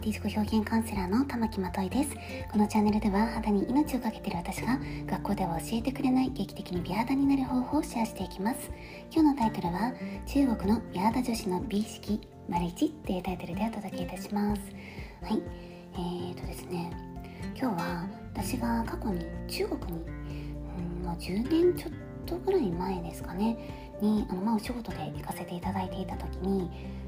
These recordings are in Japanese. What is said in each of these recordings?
ティ自己表現カウンセラーの玉木まといです。このチャンネルでは肌に命をかけている私が学校では教えてくれない劇的に美肌になる方法をシェアしていきます。今日のタイトルは中国の美肌女子の美意識丸1というタイトルでお届けいたします。はい、ですね、今日は私が過去に中国に、10年ちょっとぐらい前ですかねにお仕事で行かせていただいていた時に、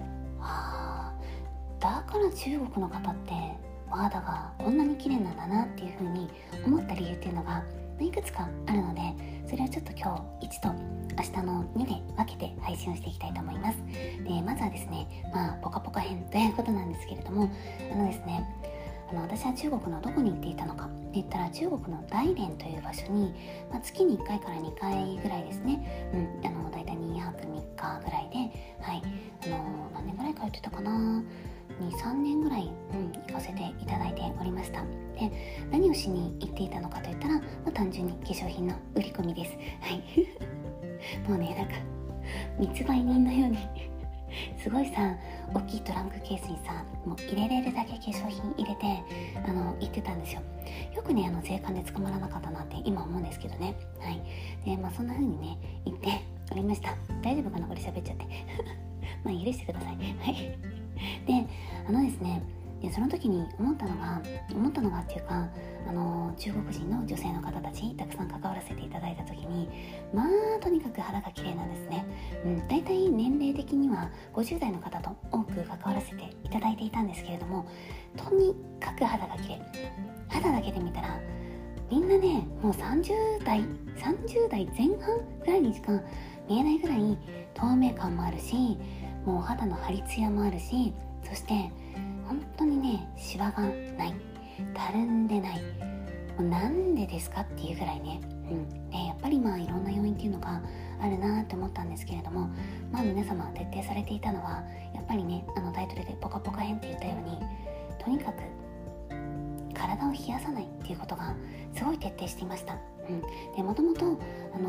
だから中国の方ってお肌がこんなに綺麗なんだなっていう風に思った理由っていうのがいくつかあるので、それをちょっと今日1と明日の2で分けて配信をしていきたいと思います。で、まずはですね、ポカポカ編ということなんですけれども、ですね、私は中国のどこに行っていたのかって言ったら、中国の大連という場所に、月に1回から2回ぐらいですね、だいたい2泊3日ぐらいで、何年ぐらい通ってたかな、2、3年ぐらい、行かせていただいておりました。で、何をしに行っていたのかといったら、単純に化粧品の売り込みです。もうね、なんか密売人のようにすごい大きいトランクケースにもう入れれるだけ化粧品入れて行ってたんですよ。よくね、税関で捕まらなかったなって今思うんですけどね。で、そんな風にね言っておりました。大丈夫かな、これ喋っちゃって許してください。で、ですね、その時に思ったのがっていうか、中国人の女性の方たちたくさん関わらせていただいた時に、とにかく肌が綺麗なんですね。だいたい年齢的には50代の方と多く関わらせていただいていたんですけれども、とにかく肌が綺麗。肌だけで見たらみんなね、もう30代前半ぐらいにしか見えないぐらい透明感もあるし、もう肌の張りツヤもあるし、そして本当にね、シワがない、たるんでない。もうなんでですかっていうぐらいね、でやっぱりいろんな要因っていうのがあるなって思ったんですけれども、皆様徹底されていたのはやっぱりね、タイトルでポカポカ編って言ったように、とにかく体を冷やさないっていうことがすごい徹底していました。で、もともと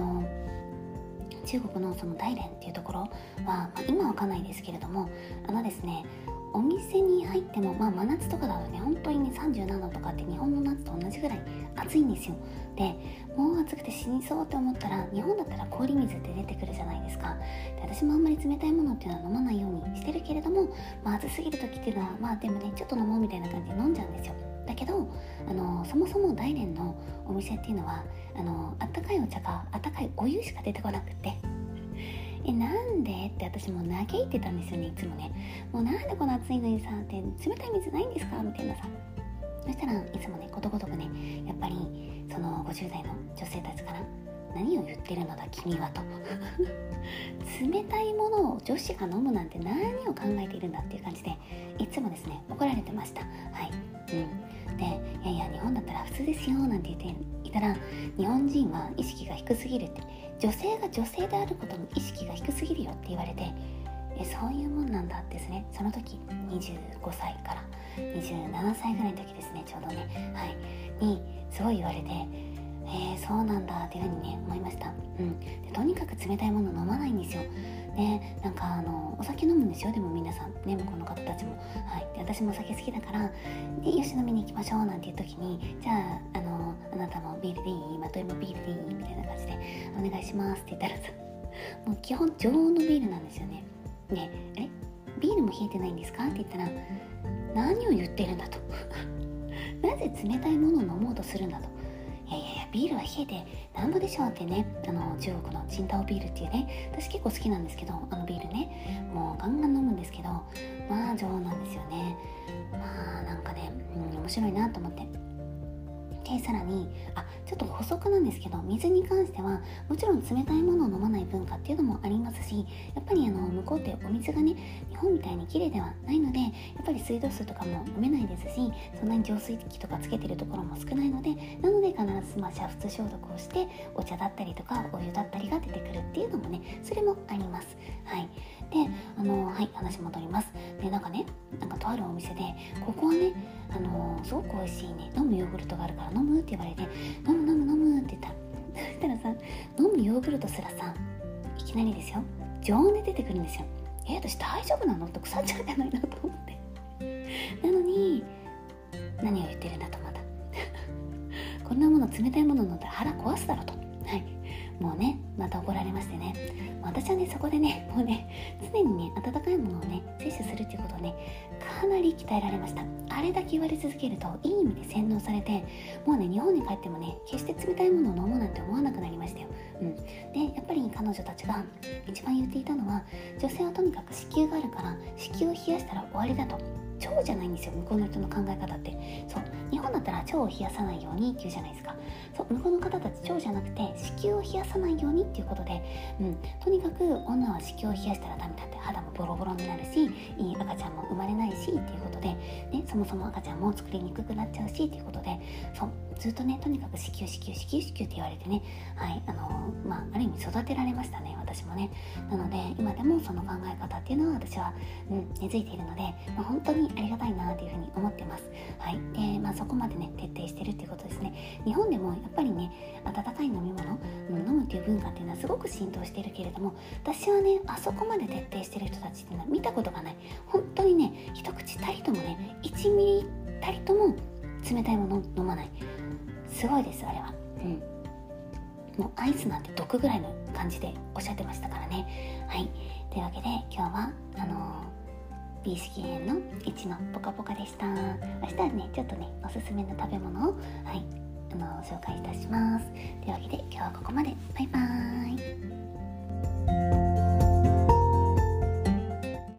中国のその大連っていうところは、今はかんないですけれども、ですね、お店に入っても、真夏とかだとね、本当にね37度とかって日本の夏と同じぐらい暑いんですよ。で、もう暑くて死にそうって思ったら、日本だったら氷水って出てくるじゃないですか。で、私もあんまり冷たいものっていうのは飲まないようにしてるけれども、暑すぎる時っていうのはでもね、ちょっと飲もうみたいな感じで飲んじゃうんですよ。だけどそもそも大連のお店っていうのはあったかいお茶かあったかいお湯しか出てこなくってなんでって私も嘆いてたんですよね、いつもね。もうなんでこの暑いのにって冷たい水ないんですかみたいなそしたらいつもね、ことごとくね、やっぱりその50代の女性たちから、何を言ってるのだ君はと冷たいものを女子が飲むなんて何を考えているんだっていう感じで、いつもですね怒られてました。で、いや日本だったら普通ですよなんて言っていたら、日本人は意識が低すぎるって、女性が女性であることの意識が低すぎるよって言われて、そういうもんなんだですね。その時25歳から27歳ぐらいの時ですね、ちょうどね、にすごい言われて、そうなんだっていうふうにね思いました。で、とにかく冷たいもの飲まないんですよ。で、お酒飲むんですよ。でも皆さんね、向こうの方たちも、で、私もお酒好きだから、よし飲みに行きましょうなんていう時に、じゃああなたもビールでいい、まといもビールでいいみたいな感じでお願いしますって言ったらもう基本常温のビールなんですよね。で、ビールも冷えてないんですかって言ったら、何を言ってるんだとなぜ冷たいものを飲もうとするんだと。いやビールは冷えてなんぼでしょうってね、中国のチンタオビールっていうね、私結構好きなんですけど、ビールね、もうガンガン飲むんですけど、常温なんですよね。なんかね、面白いなと思って。で、さらにちょっと補足なんですけど、水に関してはもちろん冷たいものを飲まない文化っていうのもありますし、やっぱり向こうってお水がね、日本みたいに綺麗ではないので、やっぱり水道水とかも飲めないですし、そんなに浄水器とかつけてるところも少ないので、なので必ず煮沸消毒をしてお茶だったりとかお湯だったりが出てくるっていうのもね、それもあります。で、話戻ります。で、とあるお店で、ここはねすごく美味しいね、飲むヨーグルトがあるから飲むって言われて、飲むって言ったら、そしたら飲むヨーグルトすらいきなりですよ、常温で出てくるんですよ。私大丈夫なのって腐っちゃうんじゃないのと思ってなのに何を言ってるんだと、まだこんなもの、冷たいもの飲んだら腹壊すだろと、もうね、また怒られましてね、私はね、そこでね、もうね、常にね、温かいものをね、摂取するっていうことをね、かなり鍛えられました。あれだけ言われ続けると、いい意味で洗脳されて、もうね、日本に帰ってもね、決して冷たいものを飲もうなんて思わなくなりましたよ。で、やっぱり彼女たちが一番言っていたのは、女性はとにかく子宮があるから、子宮を冷やしたら終わりだと。腸じゃないんですよ、向こうの人の考え方って。そう、日本だったら腸を冷やさないようにっていうじゃないですか。そう、向こうの方たち腸じゃなくて子宮を冷やさないようにっていうことで、とにかく女は子宮を冷やしたらダメだって、肌もボロボロになるし、いい赤ちゃんも生まれないしっていうことで、ね、そもそも赤ちゃんも作りにくくなっちゃうしっていうことで、そうずっとね、とにかく子宮って言われてね、ある意味育てられましたね、私もね。なので今でもその考え方っていうのは私は、根付いているので、本当にありがたいなというふうに思ってます。で、そこまでね、徹底してるっていうことですね。日本でもやっぱりね、温かい飲み物、飲むっていう文化っていうのはすごく浸透しているけれども、私はね、あそこまで徹底してる人たちっていうのは見たことがない。本当にね、一口たりともね、1ミリたりとも冷たいものを飲まない。すごいです、あれは。もうアイスなんて毒ぐらいの感じでおっしゃってましたからね。というわけで今日は美意識編の1のポカポカでした。明日はね、ちょっとね、おすすめの食べ物を紹介いたします。というわけで今日はここまで。バイバーイ。